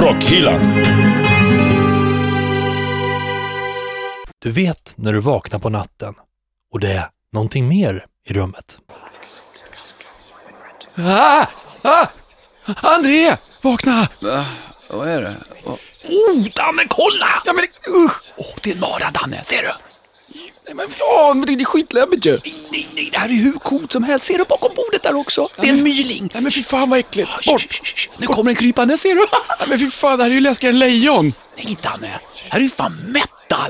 Rockhyllan. Du vet när du vaknar på natten och det är någonting mer i rummet. André, vakna! Vad är det? Danne, kolla! Ja, men det är en mara, Danne, ser du? Men det är skitläbbigt ju. Nej, det här är hur coolt som helst. Ser du bakom bordet där också? Det är en myling. Nej, men fy fan vad äckligt. Bort. Nu kommer en krypande, ser du? Nej, men fy fan, det här är ju läskigare än lejon. Nej, Danne, det här är ju fan metal.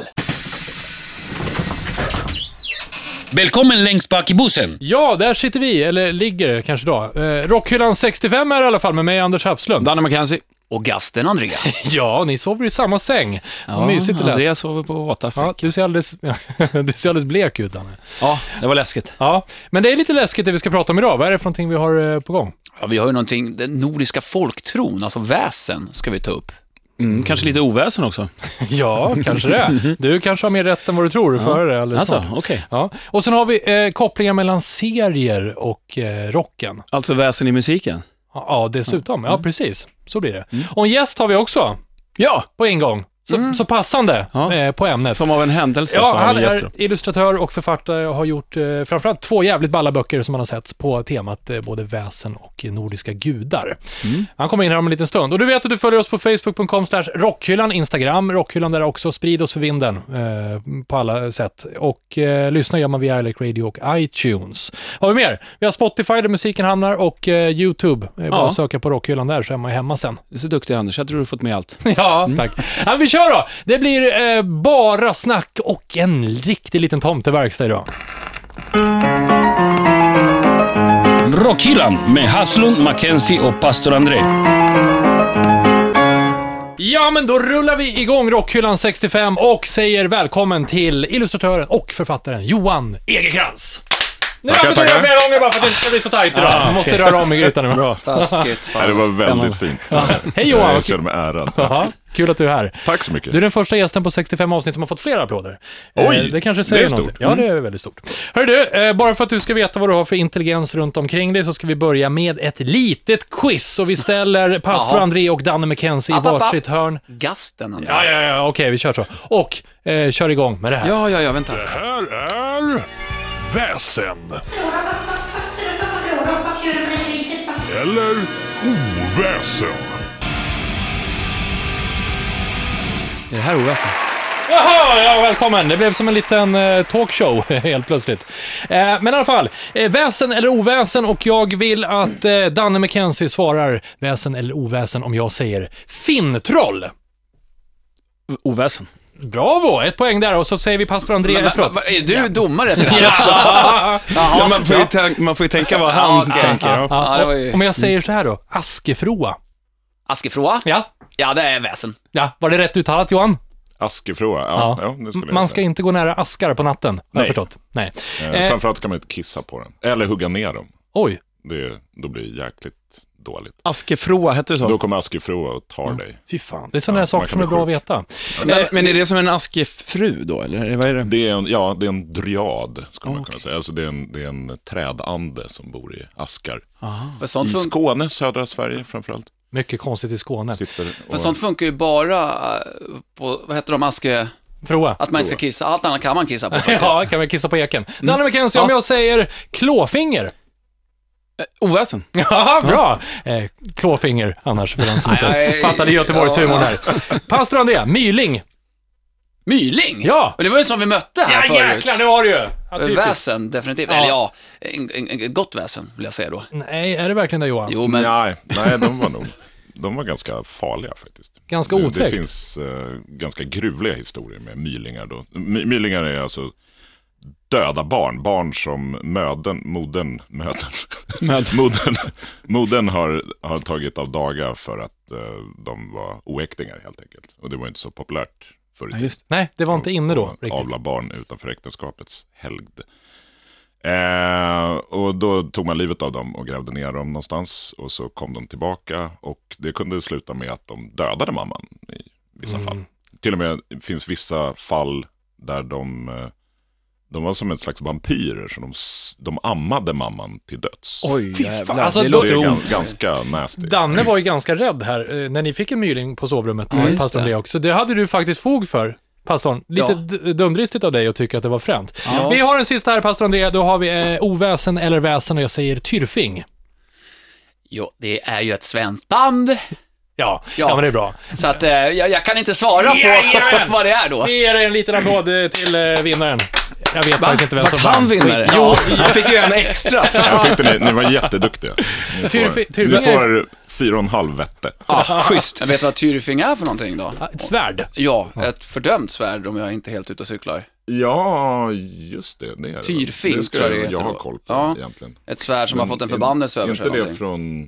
Välkommen längst bak i bussen. Ja, där sitter vi, eller ligger kanske då. Rockhyllan 65 är i alla fall med mig, Anders Hafslund. Danne McKenzie. Och gasten Andrea. Ja, ni sover i samma säng. Ja, mysigt det lät. Andreas sover på åtafäck. Ja, du ser alldeles blek ut, Danne. Ja, det var läskigt. Ja, men det är lite läskigt det vi ska prata om idag. Vad är det för någonting vi har på gång? Ja, vi har ju någonting, den nordiska folktron, alltså väsen, ska vi ta upp. Kanske lite oväsen också. Ja, kanske det. Du kanske har mer rätt än vad du tror för det alldeles Alltså, snart. okej. Ja. Och sen har vi kopplingar mellan serier och rocken. Alltså väsen i musiken. Ja, dessutom. Ja, precis. Så blir det. Och en gäst har vi också Ja, på en gång. Så passande på ämnet. som av en händelse så Ja, har han vi gäster. är illustratör och författare och har gjort framförallt 2 jävligt balla böcker som han har sett på temat både väsen och nordiska gudar. Han kommer in här om en liten stund. Och du vet att du följer oss på facebook.com/rockhyllan, Instagram, rockhyllan där också. Sprid oss för vinden på alla sätt. Och lyssna gör man via iLike Radio och iTunes. Har vi mer? Vi har Spotify där musiken hamnar och YouTube. Bara söka på rockhyllan där så är man hemma sen. Du är så duktig, Anders. Jag tror du har fått med allt. Ja, tack. Ja, vi kör då! Det blir bara snack och en riktig liten tomteverkstad idag. Rockhyllan med Hafslund, Mackenzie och Pastor André. Ja, men då rullar vi igång Rockhyllan 65 och säger välkommen till illustratören och författaren Johan Egerkrans. Nu har vi det flera gånger bara för att det inte ska bli så tajt idag. Man måste röra om i grytan. Bra. Taskigt. Nej, det var väldigt fint. Hej Johan. Jag känner mig ärad. Jaha, kul att du är här. Tack så mycket. Du är den första gästen på 65 avsnitt som har fått flera applåder. Oj, det kanske säger det är stort. någonting. Ja, det är väldigt stort. Hör du, bara för att du ska veta vad du har för intelligens runt omkring dig så ska vi börja med ett litet quiz. Och vi ställer Pastor André och Danne McKenzie i varsitt hörn. Gasten Andrea. Ja, okej, vi kör så. Och kör igång med det här. Ja, vänta. Det här är väsen. Eller oväsen. Är det här oväsen? Jaha, ja, välkommen. Det blev som en liten talkshow helt plötsligt. Men i alla fall, väsen eller oväsen, och jag vill att Danne McKenzie svarar väsen eller oväsen om jag säger fintroll. Oväsen. Bravo, 1 poäng där, och så säger vi Pastor André efteråt. Är du domare till det här Ja. också? Ja, man får ju tänka vad han tänker. Ja. Ja, det var ju... Om jag säger så här då, askefroa. Askefroa? Ja, Ja, det är väsen. var det rätt uttalat, Johan? Askefroa, ja, det skulle jag Man ska säga. inte gå nära askar på natten, har jag förstått. Nej. Framförallt ska man inte kissa på den. Eller hugga ner dem. Oj. Då blir det jäkligt dåligt. Askefroa, heter det så? Då kommer askefroa och tar dig. Fy fan, det är sådana där saker man som kan är bli bra att sjuk. veta. Men är det som en askefru då, eller vad är det? Det är en dryad, skulle man kunna säga. Alltså det är en trädande som bor i askar. För sånt, I Skåne, södra Sverige framförallt. Mycket konstigt i Skåne. för sånt funkar ju bara på, vad heter de, Froa. att man inte ska kissa. Allt annat kan man kissa på faktiskt. Ja, kan vi kissa på eken. Danne McKenzie, om jag säger klåfinger. Oväsen. Ja, bra. Klåfinger, annars, för den som inte fattade Göteborgs humor här. Pastor André, myling. Myling? Ja. Men det var ju som vi mötte här förut. Jäklar, det var det ju. Ja, typiskt. Väsen, definitivt. Ja. Eller en gott väsen, vill jag säga då. Nej, är det verkligen det, Johan? Jo, men... Nej, de var ganska farliga faktiskt. Ganska Det otäckt. finns ganska gruvliga historier med mylingar då. Mylingar är alltså döda barn som modern har tagit av dagar för att de var oäktingar helt enkelt. Och det var inte så populärt förr i tiden. Nej, det var inte inne då, riktigt. Avla barn utanför äktenskapets helgd. Och då tog man livet av dem och grävde ner dem någonstans. Och så kom de tillbaka. Och det kunde sluta med att de dödade mamman i vissa fall. Till och med finns vissa fall där de De var som en slags vampyrer, så de ammade mamman till döds. Oj, Fy jävlar. fan, alltså, det Det låter är ont. ganska nasty. Danne var ju ganska rädd här när ni fick en myling på sovrummet, just pastorn det. det också. Det hade du faktiskt fog för, pastorn. Lite dumdristigt av dig att tycka att det var fränt. Ja. Vi har en sista här, pastor André. Då har vi oväsen eller väsen och jag säger Tyrfing. Jo, det är ju ett svenskt band. Ja, men det är bra. Så att jag kan inte svara på vad det är då. Vi ger en liten applåd till vinnaren. Jag vet faktiskt inte vem som Vart han vann. vinnare? Jo, Han fick ju en extra. Jag tyckte ni var jätteduktiga. Ni får 4,5 vette. Schysst. Jag vet vad Tyrfing är för någonting då? ett svärd. Ja, ett fördömt svärd om jag inte är helt ute och cyklar. Ja, just det. Det är det. Tyrfing, det ska tror jag det jag heter ha då. koll på Ja. egentligen. Ett svärd som har fått en Men förbannelse över sig. Inte det någonting. från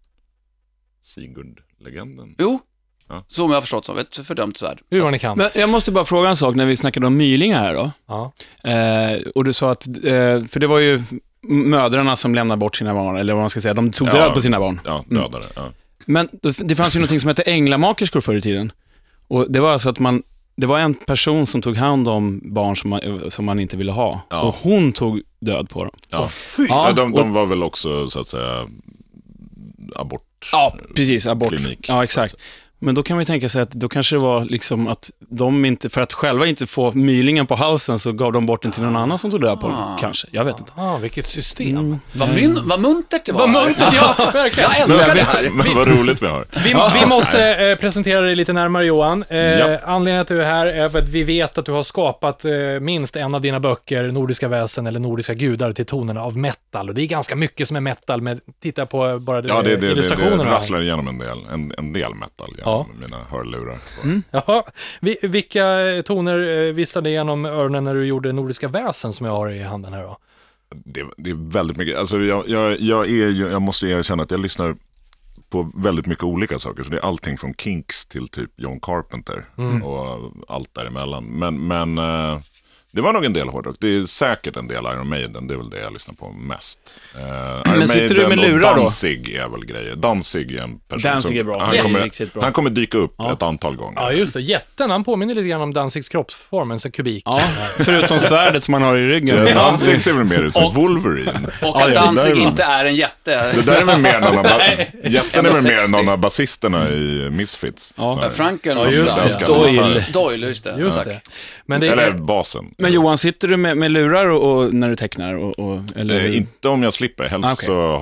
Sigurd-legenden? Jo, Ja. som jag har förstått som ett fördömt svärd. Hur Så var att- ni kan. Men jag måste bara fråga en sak när vi snackade om mylingar här då. Ja. Och du sa att, för det var ju mödrarna som lämnade bort sina barn, eller vad man ska säga, de tog Ja. död på sina barn. Ja, dödare. Ja. Men det fanns ju någonting som hette änglamakerskor förr i tiden. Och det var alltså att det var en person som tog hand om barn som man inte ville ha. Ja. Och hon tog död på dem. Ja. Ja, De var väl också, så att säga, abort. Ja, precis, abort. Klinik. Ja, exakt. Men då kan man ju tänka sig att då kanske det var liksom att de inte, för att själva inte få mylingen på halsen så gav de bort den till någon annan som tog död på dem, kanske. Jag vet inte. Vilket system. Vad muntert det var. Vad muntert, ja, verkligen. Jag älskar det här. Men vad roligt vi har. Vi måste presentera dig lite närmare, Johan. Ja. Anledningen att du är här är för att vi vet att du har skapat minst en av dina böcker, Nordiska väsen eller Nordiska gudar, till tonerna av metal. Och det är ganska mycket som är metal, med titta på bara Ja, det illustrationerna. rasslar igenom en del metal genom mina hörlurar. Jaha. Vilka toner visslade igenom öronen när du gjorde Nordiska väsen som jag har i handen här då? Det är väldigt mycket. Alltså jag måste erkänna att jag lyssnar på väldigt mycket olika saker. Så det är allting från Kinks till typ John Carpenter och allt däremellan. Men det var nog en del hårdrock. Det är säkert en del Iron Maiden. Det är väl det jag lyssnar på mest. Iron sitter du med Maiden och lurar då? Danzig är väl grejer. Danzig är en person Danzig är bra. Han Det är kommer, riktigt bra. han kommer dyka upp ett antal gånger. Ja, just det. Jätten, han påminner lite grann om Danzigs kroppsform, en sån kubik. Ja, förutom svärdet som man har i ryggen. Ja, Danzig ser väl mer ut som Wolverine. Och att Danzig inte är en jätte. Det där är väl mer någon av jätten är väl mer 1,60. någon av basisterna i Misfits. snarare. Franken. just det. Danska Doyle. gitarrer. Doyle, just det. Just det. Men det Eller är... basen. Men Johan, sitter du med lurar och när du tecknar? Eller? Inte om jag slipper. Helst Okej. så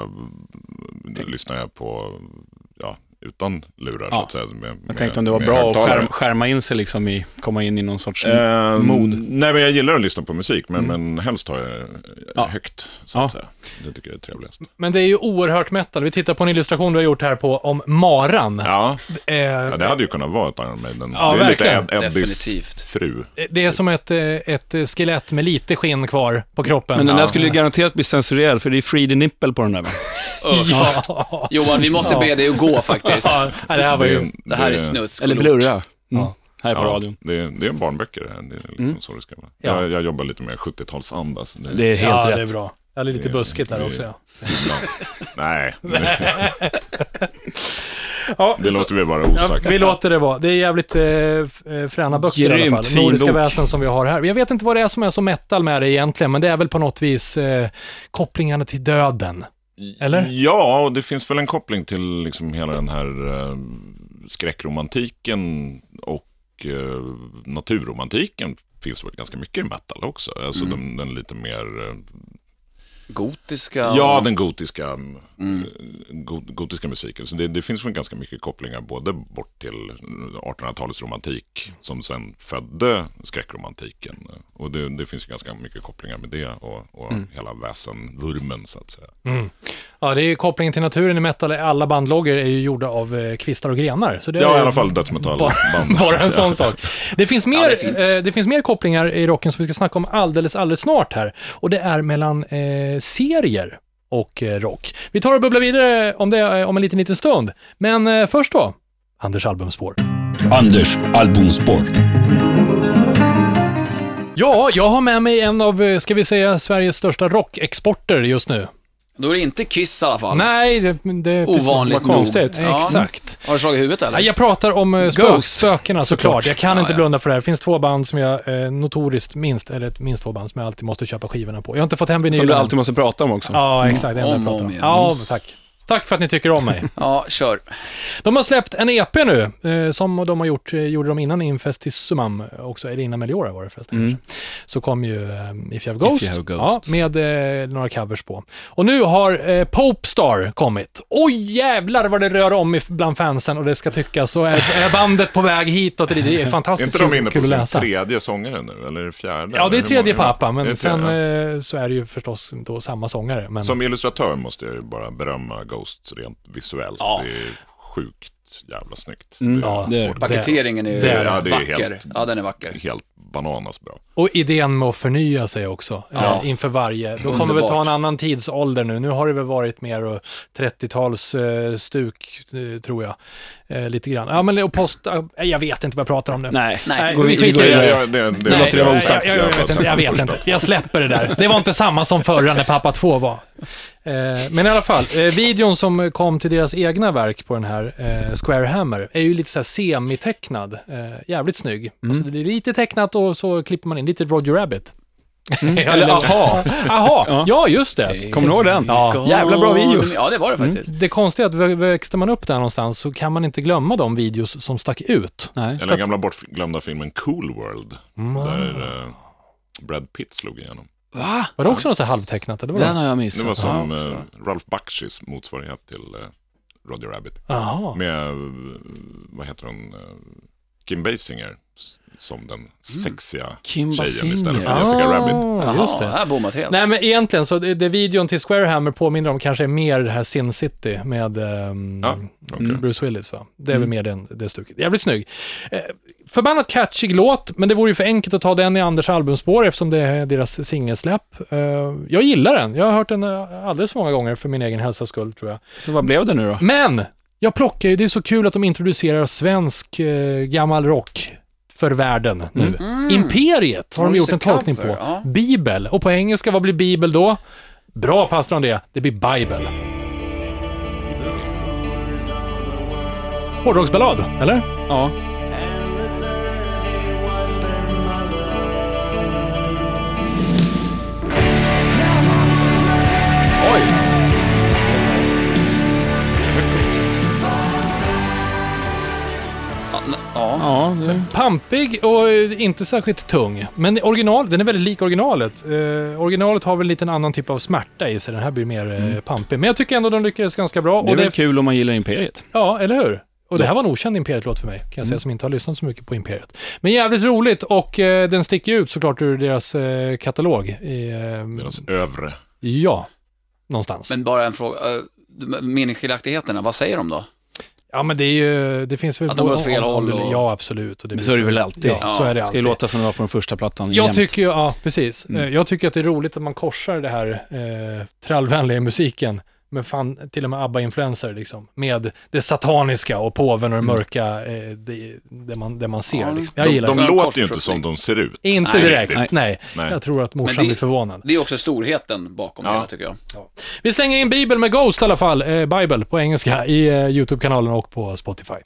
lyssnar jag på, utan lurar så att säga. Jag tänkte om det var bra att skärma in sig liksom komma in i någon sorts mod. Nej, men jag gillar att lyssna på musik, men helst har jag högt, så att säga. Det tycker jag är trevligast. Men det är ju oerhört metal. Vi tittar på en illustration du har gjort här om Maran. Ja, det hade ju kunnat vara ett Iron Maiden. Ja, det är verkligen. lite Eddies Definitivt. fru. Det är som ett skelett med lite skinn kvar på kroppen. Men den där skulle ju garanterat bli censurerad, för det är free the nipple på den där, va? Ja. Johan, vi måste be dig att gå faktiskt. Ja, det här var ju... Det här är snusk. Eller blurra. Här på Ja, radion. det är en barnböcker det här. Det är liksom så det ska vara. Ja. Jag jobbar lite med 70-talsanda. Så Det är helt Ja, rätt. det är bra. Det är lite buskigt där också, ja. Nej, Ja, det låter vi vara ja, osagt. vi låter det vara. Det är jävligt fräna böcker i alla Grymt fall. fin Nordiska bok. väsen som vi har här. Jag vet inte vad det är som är så metal med det egentligen, men det är väl på något vis kopplingarna till döden. Eller? Ja, och det finns väl en koppling till liksom hela den här skräckromantiken och naturromantiken finns väl ganska mycket i metal också. Alltså den lite mer... Gotiska. Ja, den gotiska musiken. Så det finns väl ganska mycket kopplingar både bort till 1800-talets romantik som sen födde skräckromantiken. Och det finns ju ganska mycket kopplingar med det och hela väsenvurmen så att säga. Mm. Ja, det är ju kopplingen till naturen i metal. Alla bandlogger är ju gjorda av kvistar och grenar. Så det Ja, är i ju alla fall dödsmetallband. bara en sån sak. Det finns mer, Ja, det är fint. det finns mer kopplingar i rocken som vi ska snacka om alldeles snart här. Och det är mellan serier och rock. Vi tar och bubblar vidare om det om en liten stund. Men först då, Anders albumspår. Anders albumspår. Ja, jag har med mig en av, ska vi säga, Sveriges största rockexporter just nu. Då är det inte Kiss i alla fall. Nej, det Ovanligt precis, konstigt. nog. Ja. Exakt. Har du slagit huvudet eller? Jag pratar om spökena såklart. Jag kan inte Ja. blunda för det här. Det finns 2 band som jag notoriskt minst 2 band som jag alltid måste köpa skivorna på. Jag har inte fått hem vinylen. Som du alltid måste prata om också. Ja, exakt. Det enda jag Om och pratar om om. igen. Ja, tack. Tack för att ni tycker om mig. Ja, kör. De har släppt en EP nu, som de har gjorde de innan Infestissumam också, eller innan Meliora var det förresten. kanske. Så kom ju If You Have Ghost, You Have Ghost. med några covers på. Och nu har Popestar kommit. Oj jävlar vad det rör om bland fansen och det ska tyckas, så är bandet på väg hitåt. Det är Är fantastiskt inte de inne på kul att sin läsa. 3:e sångare nu, eller 4:e? Ja, det är 3:e Hur många? pappa, Det men är sen 3:e. så är det ju förstås då samma sångare. Men... Som illustratör måste jag ju bara berömma Ghost rent visuellt. Ja. Det är sjukt jävla snyggt. ja, det är svårt. Paketeringen är, det är- ja, det är vacker. helt- Ja, den är vacker. Helt bananas bra. Och idén med att förnya sig också inför varje. De kommer väl ta en annan tidsålder nu. Nu har det väl varit mer och 30-tals stuk, tror jag. Lite grann. Ja, men och jag vet inte vad jag pratar om nu. Nej. Nej, Går vi skiter i vidare. det. Det Nej, låter det vara jag, osagt. jag vet inte. Jag släpper det där. Det var inte samma som förra när Pappa 2 var. Men i alla fall, videon som kom till deras egna verk på den här Square Hammer är ju lite så här semitecknad. Jävligt snygg. Alltså, det är lite tecknat och så klipper man in lite Roger Rabbit. Eller aha. Aha, ja just det. Kommer du ihåg den? Ja. Jävla bra videos. Ja, det var det faktiskt. Det konstiga är att växte man upp där någonstans så kan man inte glömma de videos som stack ut. Nej. Eller den gamla bortglömda filmen Cool World. Där Brad Pitt slog igenom. Va? Var det också något så halvtecknat? Eller Den vad? har jag Det missat. var som Ralph Bakshis motsvarighet till Roger Rabbit. Jaha. Med, vad heter hon, Kim Basinger som den sexiga Kim tjejen Basinger. istället för Jessica Rabbit. Ah, just Ja, det. jag har bommat helt. Nej, men egentligen så det videon till Square Hammer påminner om kanske är mer det här Sin City med okej. Bruce Willis, va? Det är väl mer det stuket. Jävligt snygg. Förbannat catchig låt, men det vore ju för enkelt att ta den i Anders albumspår eftersom det är deras singelsläpp. Jag gillar den. Jag har hört den alldeles för många gånger för min egen hälsas skull, tror jag. Så vad blev det nu då? Men jag plockar ju, det är så kul att de introducerar svensk gammal rock för världen nu. Imperiet har de gjort en tolkning på. Ja. Bibel. Och på engelska, vad blir Bibel då? Bra pastor om det. Det blir Bible. Hårdrocksballad, eller? Ja. Oj! Ja. Ja, det... Pampig och inte särskilt tung. Men den är väldigt lik originalet. Originalet har väl lite en annan typ av smärta i sig. Den här blir mer pampig. Men jag tycker ändå de lyckades ganska bra. Det är väl kul om man gillar Imperiet. Ja, eller hur? Och det här var en okänd Imperiet-låt för mig, kan jag säga, som inte har lyssnat så mycket på Imperiet. Men jävligt roligt, och den sticker ut såklart ur deras katalog. Deras övre. Ja, någonstans. Men bara en fråga. Meningsskiljaktigheterna, vad säger de då? Ja, men det är ju, det finns väl... Att de går åt fel håll och... Ja, absolut. Och det Men så är det väl alltid. Ja, så är det Ska alltid. ju låta som det var på den första plattan Jag jämt. tycker ju, ja precis. Jag tycker att det är roligt att man korsar det här trallvänliga musiken med fan, till och med ABBA-influencer liksom, med det sataniska och påven och det mörka, det man ser. Liksom. Jag gillar De det. låter ju inte som de ser ut. Inte Nej, direkt, riktigt. nej. Nej. Jag tror att morsan Men det- blir förvånad. Det är också storheten bakom Ja. det, tycker jag. Vi slänger in Bibel med Ghost i alla fall, Bible på engelska, i YouTube-kanalen och på Spotify.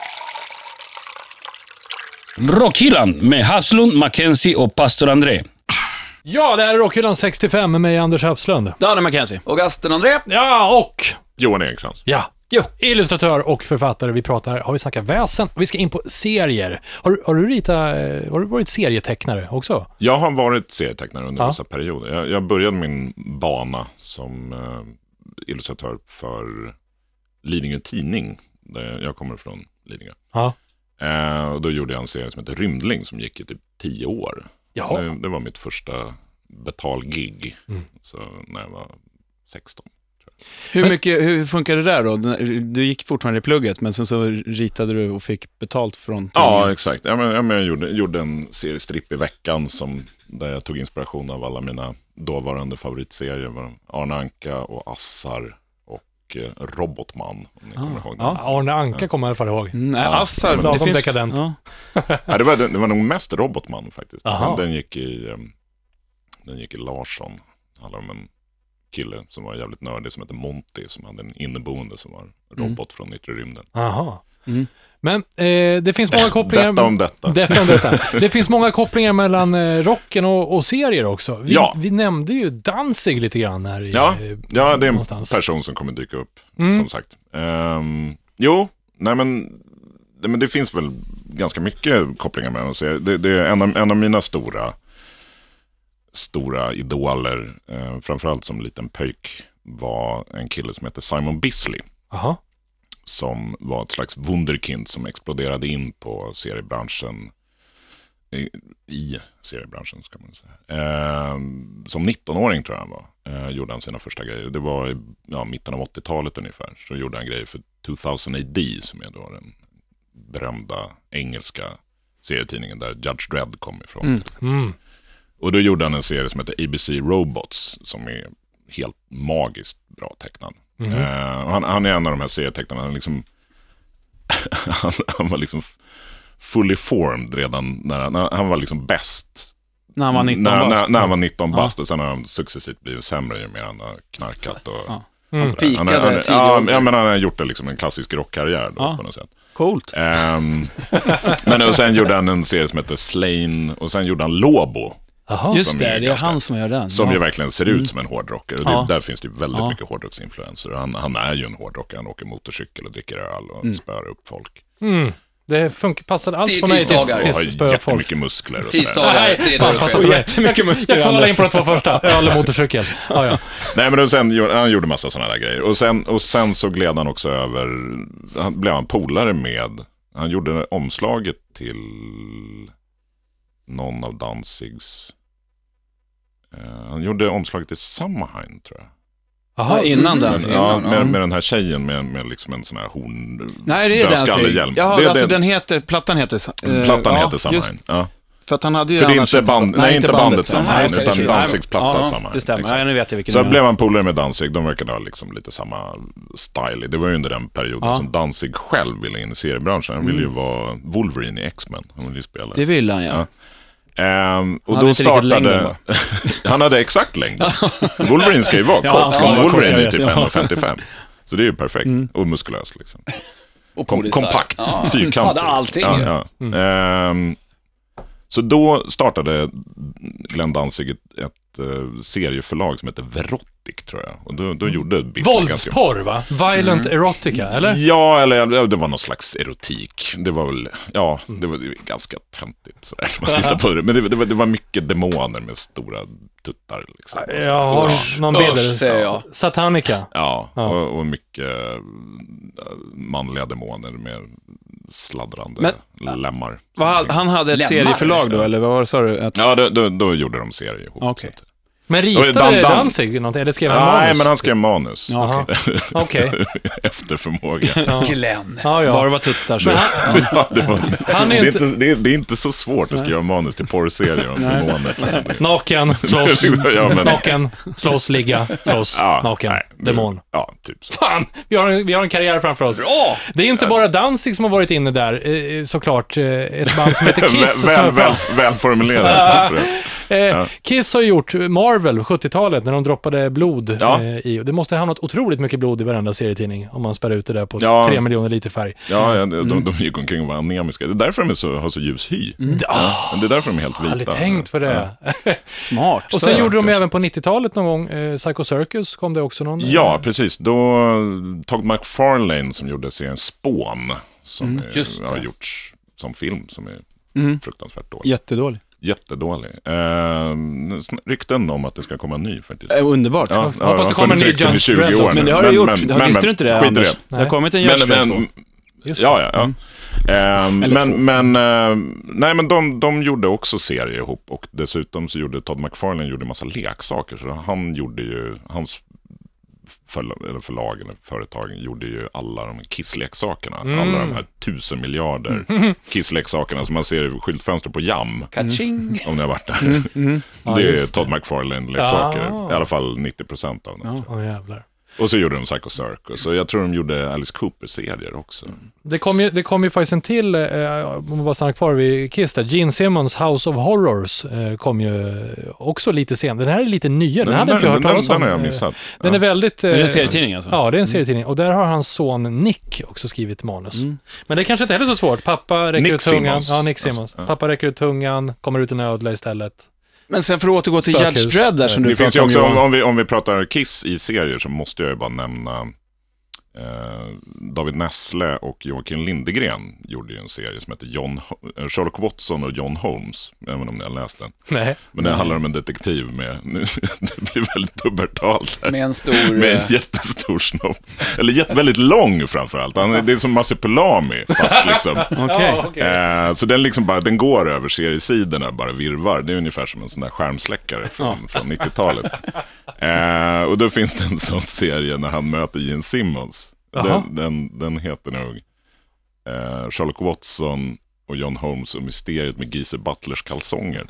Rockhyllan med Havslund, Mackenzie och pastor André. Ja, det här är Rockhyllan 65 med mig, Anders Hafslund. Danne Mackenzie. Och Gasten André? Ja, och... Johan Ekkrans. Ja, illustratör och författare. Vi pratar, har vi snackat väsen? Vi ska in på serier. Har du varit serietecknare också? Jag har varit serietecknare under Ja. vissa perioder. Jag började min bana som illustratör för Lidingö Tidning, där jag kommer från Lidingö. Ja. Och då gjorde jag en serie som heter Rymdling som gick i typ 10 år. Jaha. Det var mitt första betalgig, så när jag var 16. Hur funkar det där då? Du gick fortfarande i plugget, men sen så ritade du och fick betalt från Ja, tidningen. exakt. Jag gjorde en seriestripp i veckan där jag tog inspiration av alla mina dåvarande favoritserier. Arne Anka och Assar och Robotman, om ni kommer ihåg det. Ja, Arne Anka kommer jag i alla fall ihåg. Nej, Assar. lagom Det finns... dekadent. Ja. Ja, det var nog mest Robotman faktiskt. Aha. Den gick i Larsson. Det handlar om en kille som var jävligt nördig som hette Monty, som hade en inneboende som var robot från yttre rymden. Aha. Men det finns många kopplingar... Detta om detta. Det finns många kopplingar mellan rocken och serier också. Vi nämnde ju Danzig lite grann här i, ja, det är en någonstans. person som kommer dyka upp, som sagt. Men det finns väl ganska mycket kopplingar mellan serier. Det är en av mina stora idoler, framförallt som liten pöjk, var en kille som heter Simon Bisley. Aha. Som var ett slags wunderkind som exploderade in på seriebranschen, i seriebranschen ska man säga. Som 19-åring tror jag han var, gjorde han sina första grejer. Det var i mitten av 80-talet ungefär. Så gjorde han grejer för 2000 AD, som är då den berömda engelska serietidningen där Judge Dredd kom ifrån. Och då gjorde han en serie som heter ABC Robots, som är helt magiskt bra tecknad. Han är en av de här serietecknarna. Han var liksom fully formed redan när han var liksom bäst. När han var 19 bast. När han var 19 bast, och sen har han successivt blivit sämre ju mer han har knarkat. Och Pikade men han har gjort det liksom en klassisk rockkarriär då, på något sätt. Coolt. Men och sen gjorde han en serie som heter Slain, och sen gjorde han Lobo. Aha. Just det är han som gör den. Som ju verkligen ser ut som en hårdrockare. Och där finns det ju väldigt mycket hårdrocksinfluenser. Han är ju en hårdrockare. Han åker motorcykel och dricker öl och spör upp folk. Det passade allt på mig tills spöa folk. Jättemycket muskler och Tisdagar, det är då passade jättemycket muskler. Jag kollade in på de 2 första. Öl och motorcykel. Ja. Nej, men sen han gjorde massa sådana där grejer. Och sen så gled han också över. Blev han polare med. Han gjorde omslaget till någon av Danzigs. Han gjorde omslaget till Samhain, tror jag. Jaha, innan den. Ja, med den här tjejen med liksom en sån här horn. Nej, det är den. Ja, alltså plattan heter Samhain. Ja. För att han hade ju för det är inte bandet Samhain, utan Danzigs platta Samhain. Det stämmer. Nu vet jag vilken. Så blev han polare med Danzig. De verkade ha liksom lite samma style. Det var ju under den perioden som Danzig själv ville in i seriebranschen. Han ville ju vara Wolverine i X-Men. Han ville ju spela. Det ville han, ja. Och då startade han hade exakt längd. Wolverine ska ju vara kort. Wolverine är typ 1,55. Så det är ju perfekt och muskulös liksom. Och kompakt, fyrkantig. Hade allting. Så då startade Glenn Danzig ett serieförlag som heter Verotic, tror jag. Och då gjorde våldsporr, va? Violent erotica, eller? Ja, eller det var någon slags erotik. Det var väl, det var ganska töntigt sådär. Man tittar på det. Men det var mycket demoner med stora tuttar liksom. Jag har någon bild. Satanica. Ja. Och mycket manliga demoner med sladdrande lemmar. Han hade ett serieförlag då, eller vad var det, sa du? Ja, då gjorde de serier ihop. Okej. Men ritade Danzig något, eller skrev han manus? Nej, men han skrev manus. Okej. Efter förmåga. Glenn. Bara var tuttar så. Det är inte så svårt att skriva manus till porrserier om demoner. Naken, slåss, naken, slåss, ligga, slåss, naken, demon. Ja, typ så. Fan, vi har en karriär framför oss. Det är inte bara Danzig som har varit inne där, såklart. Ett band som heter Kiss. Välformulerat. Kiss har gjort Marvel 70-talet när de droppade blod i. Det måste ha hamnat otroligt mycket blod i varenda serietidning om man spär ut det där på 3 miljoner liter färg. De gick omkring och var anemiska. Det är därför de har så ljus hy. Det är därför de är helt vita. Jag har aldrig tänkt på det. Smart. Och sen gjorde de även på 90-talet någon gång Psycho Circus, kom det också någon? Ja, precis. Då Todd McFarlane som gjorde serien Spawn som har gjorts som film som är fruktansvärt dålig. Jättedålig. Rykten om att det ska komma en ny faktiskt. Underbart. Hoppas det kommer en ny Judge Dredd. Men det har det gjort. Visste du inte det, Anders? Det har kommit en Judge Dredd 2. De gjorde också serier ihop, och dessutom så gjorde Todd McFarlane en massa leksaker, så han gjorde ju hans förlag eller företag gjorde ju alla de Kiss-leksakerna. Alla de här 1000 miljarder Kiss-leksakerna som man ser i skyltfönster på Jam. Kaching. Om ni har varit där. Det är Todd McFarlane-leksaker. I alla fall 90% av dem. Jävlar. Och så gjorde de Psycho Circus. Och jag tror de gjorde Alice Cooper-serier också. Det kom ju faktiskt en till, om man bara stannar kvar vid Kiss där. Gene Simmons House of Horrors kom ju också lite sen. Den här är lite nyare. Den hade inte jag hört talas om. Den har jag missat. Den är väldigt... Det är en serietidning alltså? Ja, det är en serietidning. Och där har hans son Nick också skrivit manus. Men det är kanske inte heller så svårt. Pappa räcker ut tungan. Ja, Nick Simmons. Pappa räcker ut tungan, kommer ut en ödla istället. Men sen för att återgå till Spökhus. Judge Dredd där som du Det finns ju pratade också, om. om vi pratar Kiss i serier så måste jag ju bara nämna David Nessle och Joakim Lindegren gjorde ju en serie som heter Sherlock Watson och John Holmes, även om ni har läst den. Nej. Men det handlar om en detektiv med, det blir väldigt pubertalt här. Med en stor... Med en jättestor snopp. Eller väldigt lång framförallt. Det är som Marsupilami fast liksom. Okej. Så den liksom bara, den går över seriesidorna, bara virvar. Det är ungefär som en sån där skärmsläckare från 90-talet. Och då finns det en sån serie när han möter Gene Simmons. Den heter nog Sherlock Watson och John Holmes och mysteriet med Geezer Butlers kalsonger.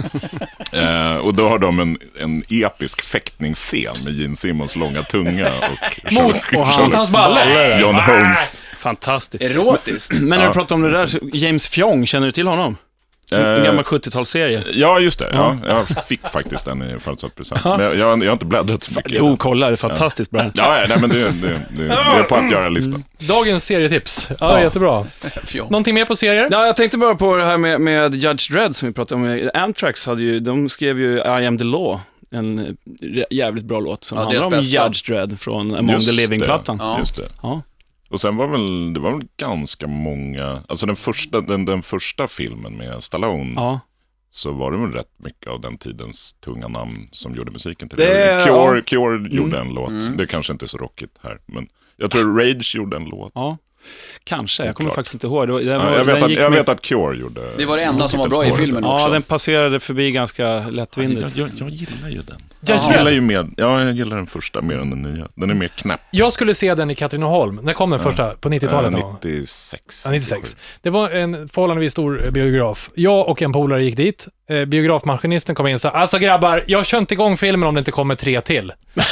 Och då har de en episk fäktningsscen med Gene Simmons långa tunga och hans baller. John Holmes. Fantastiskt. Erotiskt. Men när du pratar om det där, James Fjong, känner du till honom? En gammal 70-talsserie. Ja, just det. Ja, jag fick faktiskt den i födelsedagspresent. Men jag har inte bläddrat så mycket. Jo, kolla, det är fantastiskt bra. Ja, nej, men det är på att göra listan. Dagens serietips. Ja, jättebra. Någonting mer på serier? Ja, jag tänkte bara på det här med Judge Dredd som vi pratade om. Anthrax de skrev ju I Am The Law, en jävligt bra låt som handlar om Judge Dredd från Among the Living-plattan. Ja. Just det. Ja. Och sen det var väl ganska många, alltså den första filmen med Stallone, så var det väl rätt mycket av den tidens tunga namn som gjorde musiken till det. Cure gjorde en låt, det kanske inte är så rockigt här, men jag tror Rage gjorde en låt. Ja. Kanske, jag kommer faktiskt inte ihåg. Jag vet att Cure gjorde... Det var det enda som var bra i filmen också. Ja, den passerade förbi ganska lättvindigt. Jag gillar ju den. Jag gillar den första mer än den nya. Den är mer knäpp. Jag skulle se den i Katrineholm. När kom den första? På 90-talet? 96. Ja, 96. Det var en förhållandevis stor biograf. Jag och en polare gick dit. Biografmaskinisten kom in och sa: alltså grabbar, jag kör inte igång filmen om det inte kommer 3 till.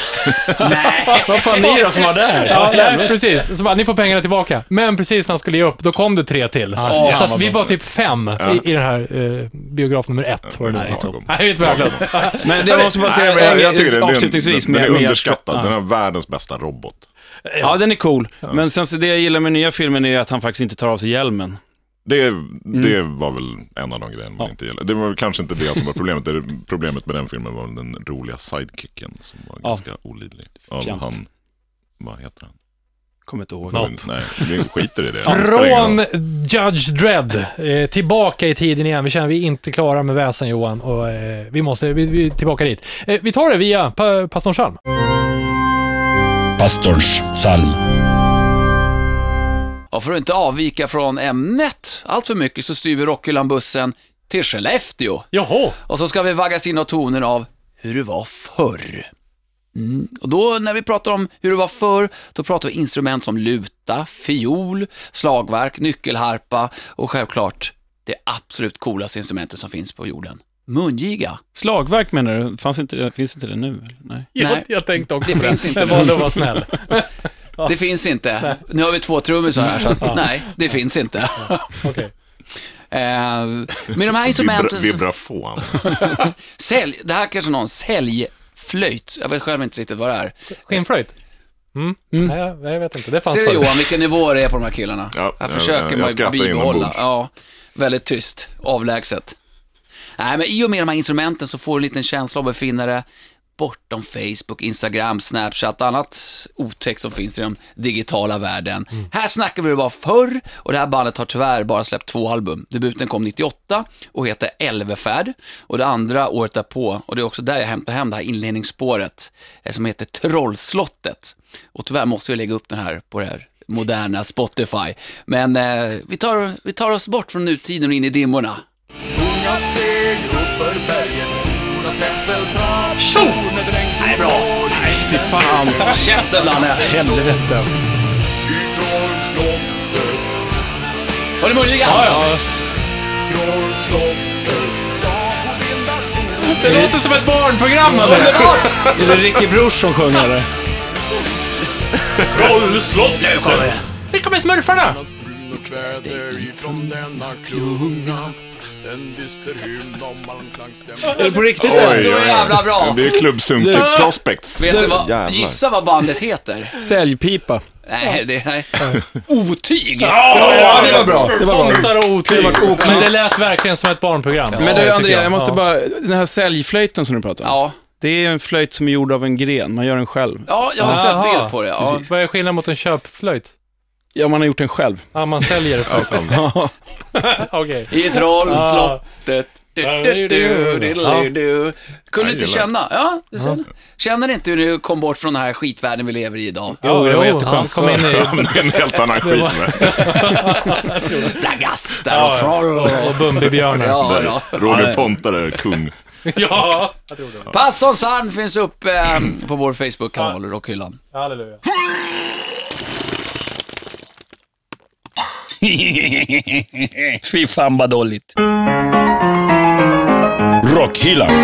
Nej, vad fan är det som var där? Ja, precis. Så bara, ni får pengarna tillbaka. Men precis när han skulle ge upp, då kom det 3 till. Så att vi var typ 5 i den här biograf nummer 1. Nej, det är värdelöst. Men det måste bara säga jag tycker avslutningsvis den är underskattad. Den har världens bästa robot. Ja, den är cool. Men sen så det jag gillar med nya filmen är att han faktiskt inte tar av sig hjälmen. Det var väl en av de grejerna man inte gillade. Det var kanske inte det som var problemet. Problemet med den filmen var den roliga sidekicken som var ganska olidlig. Han, vad heter han? Kommer inte ihåg. Nej, vi skiter i det. Från Judge Dredd tillbaka i tiden igen. Vi känner vi är inte klara med väsen, Johan. Och vi är tillbaka dit. Vi tar det via Pastorns psalm. Pastorns psalm. Och för att inte avvika från ämnet allt för mycket så styr vi Rockhyllan-bussen till Skellefteå. Jaha. Och så ska vi vaggas in av tonen av hur det var förr. Och då när vi pratar om hur det var förr, då pratar vi instrument som luta, fiol, slagverk, nyckelharpa och självklart det absolut coolaste instrumentet som finns på jorden. Mungiga. Slagverk menar du? Finns inte det nu? Nej. Jag tänkte också det finns inte. Jag valde att vara snäll. Det finns inte. Nej. Nu har vi 2 trummor så här så att, nej, det finns inte. Okej. Med de här instrumenten... Vibrafon. Det här kanske någon säljflöjt. Jag vet själv inte riktigt vad det är. Skinnflöjt? Nej, jag vet inte. Det fanns ser du Johan vilken nivå det är på de här killarna? Ja, jag försöker man bibehålla. Ja, väldigt tyst, avlägset. Nej, men i och med de här instrumenten så får du en liten känsla av att befinna dig bortom Facebook, Instagram, Snapchat och annat otäckt som finns i den digitala världen. Här snackar vi det bara förr och det här bandet har tyvärr bara släppt 2 album. Debuten kom 98 och heter Älvefärd och det andra året därpå, och det är också där jag hämtar hem det här inledningsspåret som heter Trollslottet. Och tyvärr måste jag lägga upp den här på det här moderna Spotify. Men vi tar oss bort från nutiden och in i dimmorna. Tunga steg uppför bergets stora tempeltrapp. Nej, bra. Nej, fy fan. Käften, Lanne. Helvete. Trollslottet. Var det Mungiga? Ja. Trollslottet. Det låter som ett barnprogram. Är det Ricky Bruch som sjunger eller? Trollslottet. Det kommer smurfarna. Kväder ifrån denna klunga. En dyster hymn om malmklangstämning. Är det på riktigt? Så jävla bra. Det är Klubbsunket Prospects. Vet du vad? Jävlar. Gissa vad bandet heter. Säljpipa. Nej, det är Otyg. Ja, det var bra. Det var bra. Tomtar och otyg. Men det lät verkligen som ett barnprogram. Men du, Ja, Andrea, jag måste bara... Den här säljflöjten som du pratar om. Ja. Det är en flöjt som är gjord av en gren. Man gör den själv. Ja, jag har sett bild på det. Ja. Vad är skillnaden mot en köpflöjt? Ja, man har gjort den själv. Ja, man säljer flöjten. Okej. I Trollslottet. Kunde inte känna. Ja, du känner. Känner inte hur du kom bort från den här skitvärlden vi lever i idag? Jo, det var jätteskönt. Kom in i... Ja, men det är en helt annan skit med. Blagastar och troll. Och Bumbibjörnar. Ja. Roger Pontare, kung. Ja, jag tror det. Pastorn Sand finns uppe på vår Facebook-kanal, Rockhyllan. Halleluja. Fy fan vad dåligt. Rockhyllan.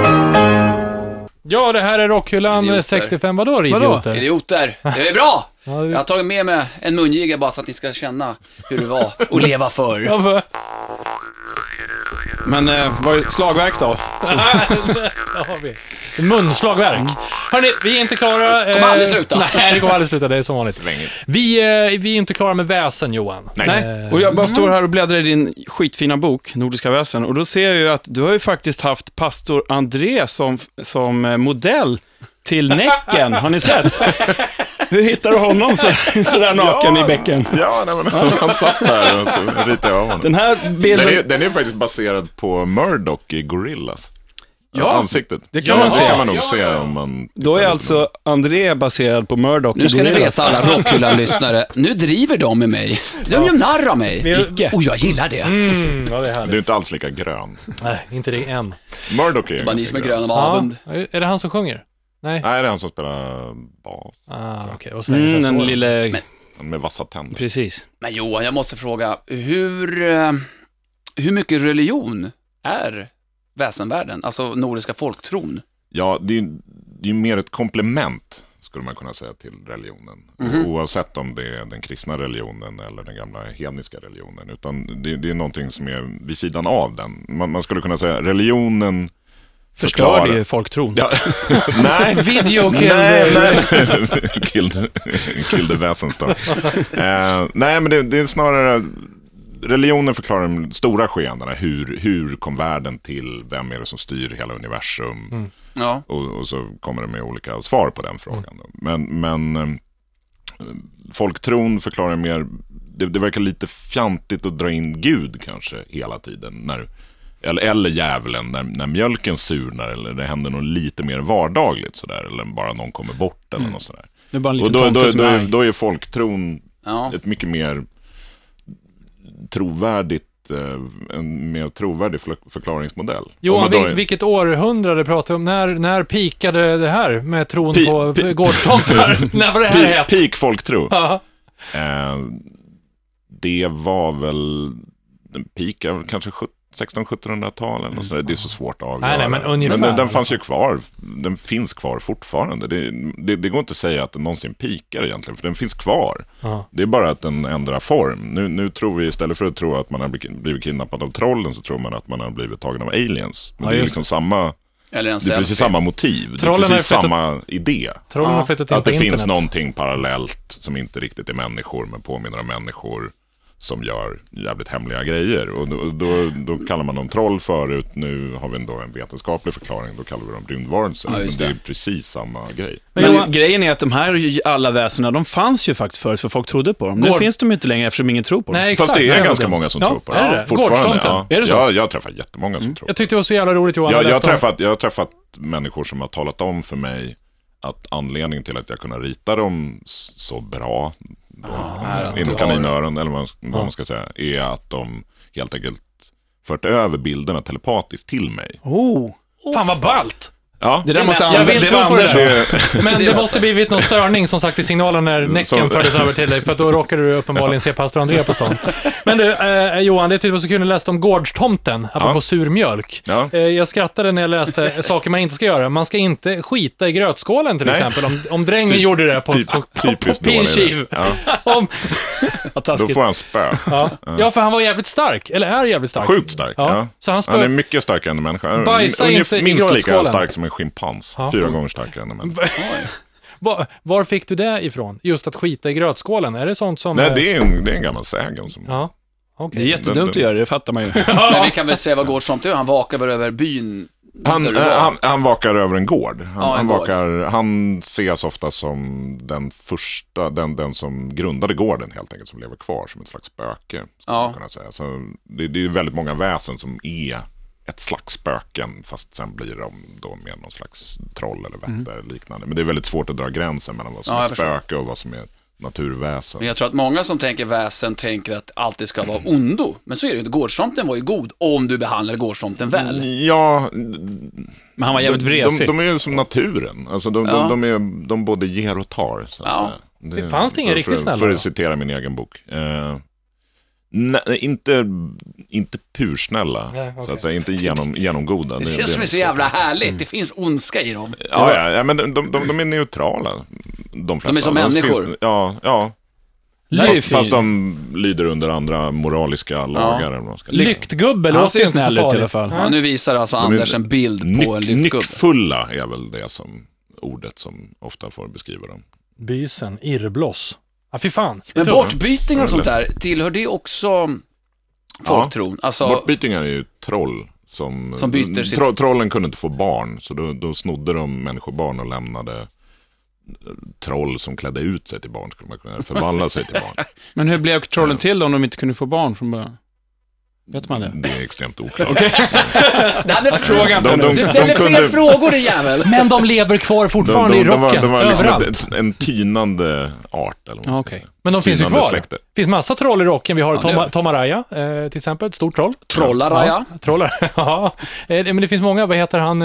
Ja, det här är Rockhyllan Idioter. 65. Vadå, idioter? Idioter, det är bra! Jag har tagit med mig en mungiga bara så att ni ska känna hur det var att leva förr. Varför? Men var det slagverk då? Där har vi. Munslagverk. Hörrni, vi är inte klara. Kommer aldrig sluta. Nej, det kommer aldrig sluta. Det är som vanligt. Svängigt. Vi är inte klara med väsen, Johan. Nej, och jag bara står här och bläddrar i din skitfina bok, Nordiska väsen, och då ser jag ju att du har ju faktiskt haft pastor André som modell till Näcken. Har ni sett? Hur hittar du honom sådär naken i bäcken? Ja, nej, men han satt där och så ritade jag av honom. Den här bilden... Den är faktiskt baserad på Murdoch i Gorillaz. Ja, ansiktet. det kan man se. Det kan man nog se om man... Då är alltså André baserad på Murdoch. Nu ska ni veta, alla Rockhyllan-lyssnare. Nu driver de med mig. De gör narr av mig. Och jag gillar det. Ja, det är Du är härligt. inte alls lika grön. Nej, inte det än. Murdoch är ju Bara ni ganska som är grön. gröna av avund. Är det han som sjunger? Nej. Nej, det är han som spelar bas. Okej. Det var så länge sedan Den så. lille... Med vassa tänder. Precis. Men Johan, jag måste fråga. Hur mycket religion är väsenvärlden? Alltså nordiska folktron? Ja, det är ju mer ett komplement, skulle man kunna säga, till religionen. Oavsett om det är den kristna religionen eller den gamla hedniska religionen. Utan det är någonting som är vid sidan av den. Man skulle kunna säga religionen Förstörde ju folktron. Ja. Nej. Video Nej. Kill the väsenstorm. Nej, men det är snarare... Religionen förklarar de stora skeendena. Hur kom världen till? Vem är det som styr hela universum? Ja. Och så kommer det med olika svar på den frågan. Men folktron förklarar mer... Det verkar lite fjantigt att dra in Gud kanske hela tiden. Eller djävulen när mjölken surnar. Eller det händer något lite mer vardagligt sådär. Eller bara någon kommer bort eller något sådär. Det är bara en Och liten tomte som är... då är folktron Ja. ett mycket mer en mer trovärdig förklaringsmodell. Johan, vilket århundrade pratar vi om? När pikade det här med tron på gårdstomtar? När var det här hett? Peak folktro. Ja. Det var väl peak kanske 1600-1700-tal eller något sådär. Det är så svårt att avgöra. Nej, men ungefär. Men den fanns ju kvar. Den finns kvar fortfarande. Det går inte att säga att den någonsin pikar egentligen, för den finns kvar. Ja. Det är bara att den ändrar form. Nu tror vi, istället för att tro att man har blivit kidnappad av trollen, så tror man att man har blivit tagen av aliens. Men det är liksom samma... Eller en Det är precis samma motiv. Trollen det är precis har samma idé. Trollen har flyttat in Att på det internet. finns någonting parallellt som inte riktigt är människor, men påminner om människor som gör jävligt hemliga grejer. Och då kallar man dem troll förut. Nu har vi ändå en vetenskaplig förklaring. Då kallar vi dem rymdvarelser. Ja, men just det är det. precis samma grej. Men grejen är att de här alla väsena, de fanns ju faktiskt förut, för folk trodde på dem. Nu finns de ju inte längre eftersom ingen tror på dem. Nej, exakt. Fast det är Nej, ganska jag många som Ja, tror på är det. det? Fortfarande, Gårdstomten? ja. Är det så? Ja, jag träffar jättemånga som tror på Jag tyckte det var så jävla roligt, Johan. Jag har träffat människor som har talat om för mig att anledningen till att jag kunde rita dem så bra inom kaninöron, eller vad man ska säga, är att de helt enkelt fört över bilderna telepatiskt till mig. Fan vad ballt! Ja. Det där måste Jag vill tro på Anders. det. Men det måste blivit någon störning som sagt i signalen när Näcken fördes över till dig, för att då råkade du uppenbarligen se pastor André på stan. Men du, Johan, det är typ så kul att läsa om gårdstomten, apropå sur mjölk. Ja. Jag skrattade när jag läste saker man inte ska göra. Man ska inte skita i grötskålen till exempel, om drängen gjorde det på pinkiv. Ja. Då får han spö. Ja, för han var jävligt stark, eller är jävligt stark. Sjukt stark. Ja. Så han Han är mycket starkare än en människa. Bajsa inte i Minst lika grötskålen. stark som en schimpans. 4 gånger starkare än en människa. Var fick du det ifrån? Just att skita i grötskålen? Är det sånt som... Nej, det är en gammal sägen. Som... Ja. Det är Okay. jättedumt att göra det, fattar man ju. Men vi kan väl säga vad gårdstomte är. Han vakar väl över byn. Han vakar över en gård. gård. Han ses ofta som den första, den som grundade gården helt enkelt, som lever kvar som ett slags spöke. Ja. Kunna säga. Så det är väldigt många väsen som är ett slags spöken, fast sen blir de då med någon slags troll eller vätte eller liknande. Men det är väldigt svårt att dra gränsen mellan vad som är ett spöke och vad som är naturväsen. Men jag tror att många som tänker väsen tänker att allt ska vara ondo. Men så är det ju inte. Gårdstomten var ju god om du behandlar gårdstomten väl. Ja, Men han var jävligt vresig. de är ju som naturen. Alltså de både ger och tar. Så att säga. Det fanns det ingen riktigt snälla. För att citera min egen bok. Nej, inte pursnälla, så att säga, inte genomgoda. Det är det som är så jävla härligt. Det finns ondska i dem. Ja, men de är neutrala. De flesta. De är som människor. Ja. Fast de lyder under andra moraliska lagar. Eller vad man ska säga. Lyktgubbe Han låter ser inte så snäll ut i alla farligt. fall. Ja, nu visar alltså Anders en bild på en lyktgubbe. Nyckfulla är väl det som ordet som ofta får beskriva dem. Bysen, irrbloss. Ja, fy fan. Men bortbytingar och sånt där, tillhör det också folktron? Alltså, bortbytingar är ju troll som byter sitt... Trollen kunde inte få barn, så då snodde de människobarn och lämnade troll som klädde ut sig till barn, skulle man kunna förvandla sig till barn. Men hur blev trollen till då om de inte kunde få barn från början? Vet man det? Det är extremt oklart. Det hade frågan. Du ställer fel frågor, din jävel. Men de lever kvar fortfarande i rocken, de var överallt. liksom en tynande art. Eller vad man ska säga. Men de finns ju kvar. Släkter. Det finns massa troll i rocken. Vi har Tomaraya, till exempel. Ett stort troll. Trollaraja. Ja, trollar. Ja. Men det finns många. Vad heter han?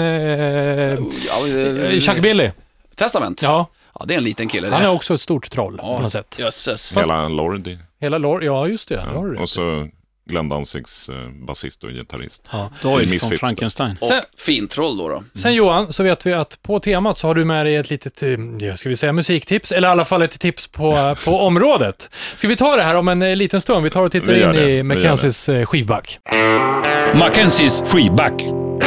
Chuck Billy. Testament. Ja. Ja, det är en liten kille. Han är också ett stort troll på något sätt. Jösses. Hela Lordi. Hela lore, ja just det. Ja. Och så Glenn Danzigs basist och gitarrist. Ja. Doyle från Frankenstein. Och fintroll då. Sen Johan, så vet vi att på temat så har du med dig ett litet, ska vi säga musiktips, eller i alla fall ett tips på området. Ska vi ta det här om en liten stund? Vi tar och tittar in i Mackenzies skivback. Mackenzies skivback.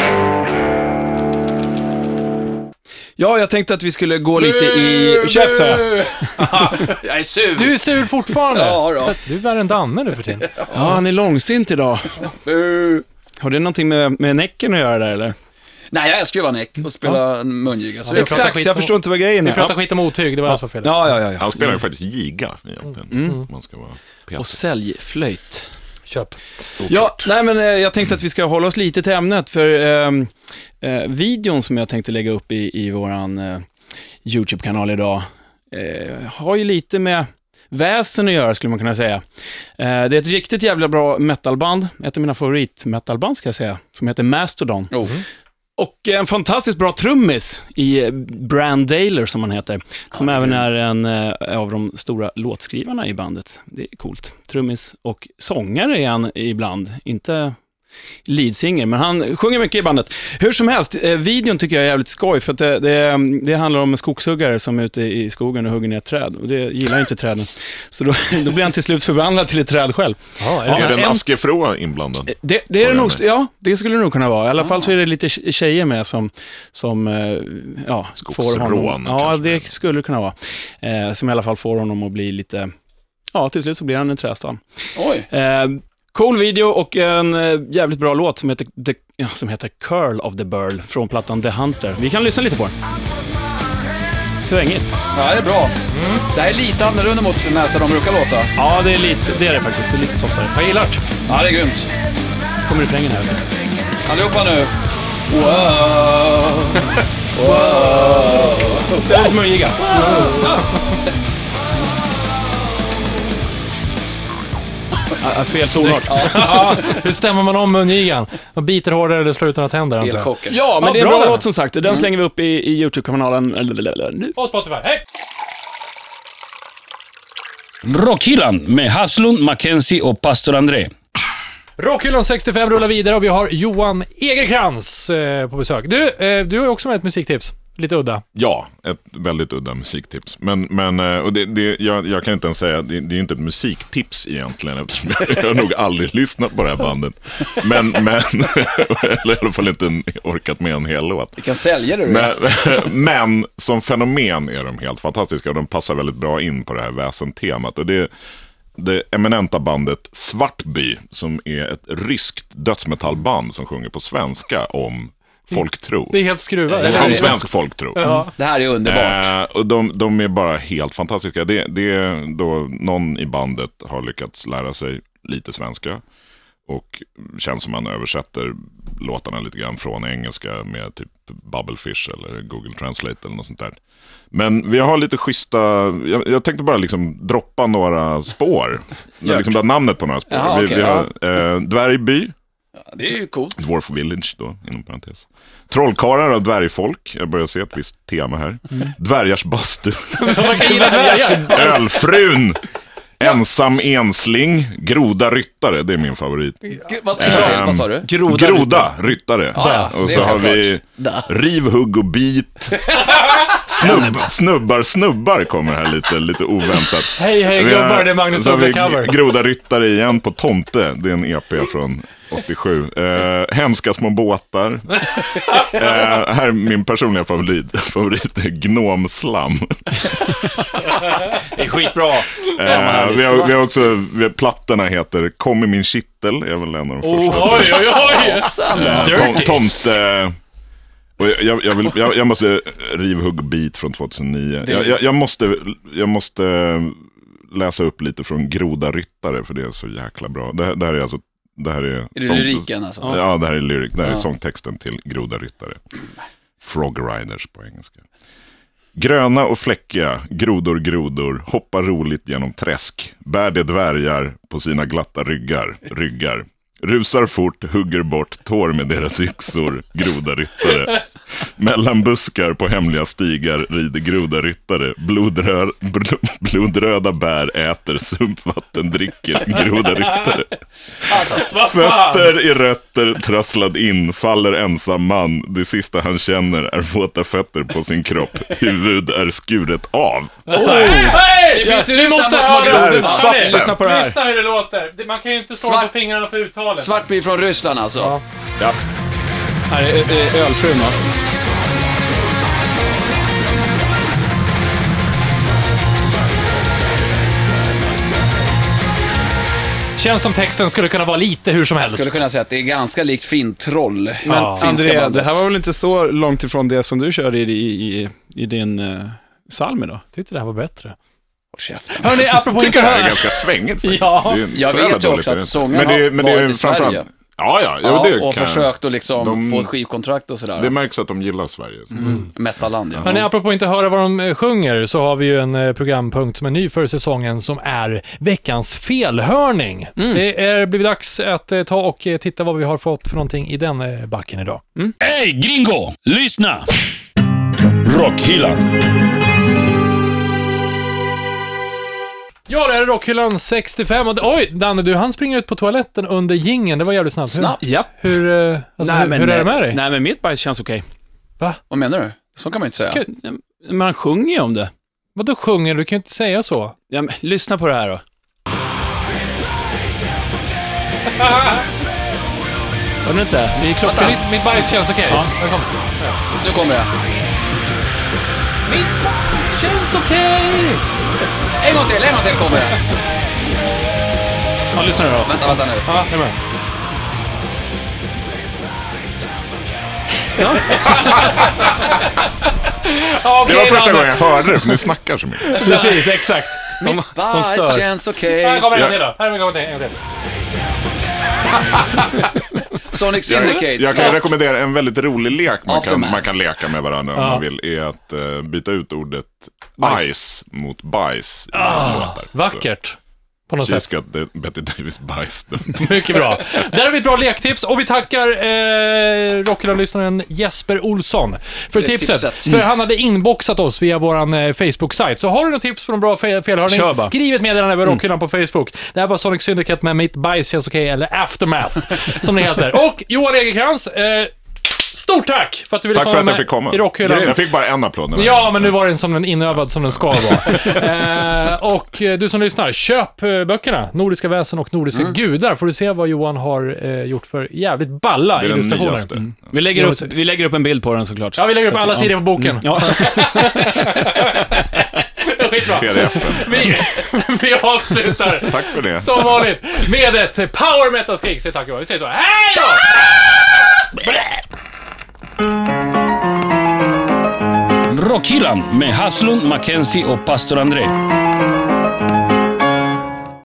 Ja, jag tänkte att vi skulle gå lite i... Käft, sa jag. Jag är sur. Du är sur fortfarande. Ja, då. Så du är värre än Danne nu för tiden. Ja, han är långsint idag. Har det någonting med Näcken att göra där, eller? Nej, jag älskar ju att vara näck och spela mungiga. Så Ja, Exakt, jag förstår inte vad grejen är. Vi pratar skit om otyg, det var alltså fel. Ja. Han spelar ju faktiskt giga egentligen. Man ska vara petig. Och säljflöjt. Köp. Ja, nej men jag tänkte att vi ska hålla oss lite till ämnet, för videon som jag tänkte lägga upp i våran YouTube-kanal idag har ju lite med väsen att göra, skulle man kunna säga. Det är ett riktigt jävla bra metalband, ett av mina favorit-metalband ska jag säga, som heter Mastodon. Och en fantastiskt bra trummis i Brand Daler, som han heter, som även är en av de stora låtskrivarna i bandet. Det är coolt. Trummis och sångare är han ibland, inte leadsinger, men han sjunger mycket i bandet. Hur som helst, videon tycker jag är jävligt skoj, för att det handlar om skogshuggare som är ute i skogen och hugger ner träd, och det gillar inte träden. Så då blir han till slut förvandlad till ett träd själv. Är det en askefrå inblandad? Det är det nog, ja, det skulle det nog kunna vara. I alla fall så är det lite tjejer med som får honom. Ja, det skulle det kunna vara. Som i alla fall får honom att bli lite, till slut så blir han en trädstam. Oj. Cool video och en jävligt bra låt som heter Curl of the Burl från plattan The Hunter. Vi kan lyssna lite på den. Svängigt. Ja, det är bra. Det här är lite annorlunda mot när de brukar låta. Ja, det är det faktiskt. Det är lite softare. Jag gillar det. Ja, det är grymt. Kommer refrängen här. Allihopa nu. Wow. Det är lite möjiga. Fel tonart. Ja, hur stämmer man om mungigan? Och biter hårdare eller slår ut några tänder? antar jag. Elchocker. Ja, men Ja, det är en bra bra den. låt som sagt. Den slänger vi upp i YouTube-kanalen nu. Och Spotify, hej! Rockhyllan med Haslund, Mackenzie och Pastor André. Rockhyllan 65 rullar vidare och vi har Johan Egerkrans på besök. Du har ju också med ett musiktips. Lite udda. Ja, ett väldigt udda musiktips. Men och jag kan inte ens säga, det är ju inte ett musiktips egentligen, eftersom jag har nog aldrig lyssnat på det här bandet. Men eller i alla fall inte orkat med en hel låt. Vi kan sälja det. Men som fenomen är de helt fantastiska och de passar väldigt bra in på det här väsentemat. Och det eminenta bandet Svartby, som är ett ryskt dödsmetallband som sjunger på svenska om folktro. Det är helt skruvat. Om svensk folktro. Det här är underbart. Och de är bara helt fantastiska. Det är då någon i bandet har lyckats lära sig lite svenska. Och känns som man översätter låtarna lite grann från engelska med typ Bubblefish eller Google Translate eller något sånt där. Men vi har lite schyssta, jag tänkte bara liksom droppa några spår. Liksom bara namnet på några spår. Jaha, vi har Dvärgby. Det är ju coolt. Dwarf Village då, inom parentes. Trollkarlar av dvärgfolk. Jag börjar se ett visst tema här. Dvärgars bastu. Ölfrun. Ensam ensling. Groda ryttare, det är min favorit. Vad sa du? Groda ryttare. Ja, och det så är har vi självklart. riv, hugg och bit. Snubbar kommer här lite oväntat. Hej gubbar, det är Magnus så har vi Undercover. Groda ryttare igen på Tomte. Det är en EP från 87. Hemska små båtar. Här är min personliga favorit är Gnomslam. Det är skitbra. Vi har också, plattorna heter Kom i min kittel, är väl en av de första. Dirty. Tomte. Och jag måste rivhugg bit från 2009. Jag måste läsa upp lite från Groda ryttare, för det är så jäkla bra. Det här är alltså Är det lyriken alltså? Ja, det här är lyrik. Det här är sångtexten till Groda ryttare. Frog Riders på engelska. Gröna och fläckiga, grodor, hoppar roligt genom träsk. Bär de dvärgar på sina glatta ryggar. Rusar fort, hugger bort tår med deras yxor, Groda ryttare. Mellan buskar på hemliga stigar rider Groda ryttare. Blodröda bär äter, sumpvatten dricker, Groda ryttare. Fötter i rötter trasslad in, faller ensam man. Det sista han känner är våta fötter på sin kropp. Huvud är skuret av. Du måste höra det. Lyssna på det här. Lyssna hur det låter. Man kan ju inte stå på fingrarna för uttalet. Svartby från Ryssland alltså. Ja. Här är ölfrun, va? Känns som texten skulle kunna vara lite hur som helst. Skulle kunna säga att det är ganska likt Fintroll. Men Ja. André, bandet. det här var väl inte så långt ifrån det som du körde i din psalm idag? Tyckte det här var bättre. Håll käften. Hörrni, apropå Tycker inte det här är höra. ganska svängigt. Ja. Det är Jag så jävla vet ju dåligt, också är det att inte. sången Men det har är varit i framförallt- Sverige. Ja, det Och kan försökt att liksom De- få ett skivkontrakt och sådär. Det märks att de gillar Sverige. Metalland, ja. Hörni, apropå inte höra vad de sjunger, så har vi ju en programpunkt som är ny för säsongen som är veckans felhörning. Det är blivit dags att ta och titta vad vi har fått för någonting i den backen idag. Hey gringo, lyssna! Rockhyllan. Ja, det här är Rockhyllan 65 och oj, Danne, han springer ut på toaletten under jingeln. Det var jävligt snabbt. Snabbt? Japp. Hur är det med dig? Nej, men mitt bajs känns okej. Vad menar du? Så kan man inte säga. Man sjunger ju om det. Vadå sjunger? Du kan ju inte säga så. Ja, men, lyssna på det här då. Hör du inte? Det är klockan. Mitt bajs känns okej. Ja, här kommer. Nu kommer det. Mitt bajs känns okej. En gång till kommer det. Ja, lyssna nu då. Vänta nu. Ja, jag är med. Det var första gången jag hörde det, för ni snackar så mycket. Precis, exakt. De Bajs stör. känns okej. Här kommer en gång till då. Här kommer en gång till. Sonic Syndicate. Jag kan rekommendera en väldigt rolig lek Aftermath. man kan leka med varandra om man vill, är att byta ut ordet bajs mot bajs i låtar. Vackert. På något sätt. Kiska Betty Davis bajs. Mycket bra. Där har vi ett bra lektips och vi tackar Rockhyllan-lyssnaren Jesper Olsson för tipset. För han hade inboxat oss via våran Facebook-sajt. Så har du något tips på någon bra felhörning, skriv ett meddelande över Rockhyllan på Facebook. Det här var Sonic Syndicate med Mitt bajs känns okej, eller Aftermath som det heter. Och Johan Egerkrans, stort tack för att du ville komma med i Rockhyllan. Jag fick bara en applåd. Ja, men nu var den som en inövad som den ska vara. Och du som lyssnar, köp böckerna Nordiska väsen och Nordiska gudar. Får du se vad Johan har gjort för jävligt balla illustrationer. Vi lägger upp en bild på den såklart. Ja, vi lägger upp alla sidor på boken. Ja. Vi avslutar. Tack för det. Som vanligt med ett power metal-skrik. Så tack, vi säger så. Hej då! Rockhyllan med Haslund, Mackenzie och Pastor André.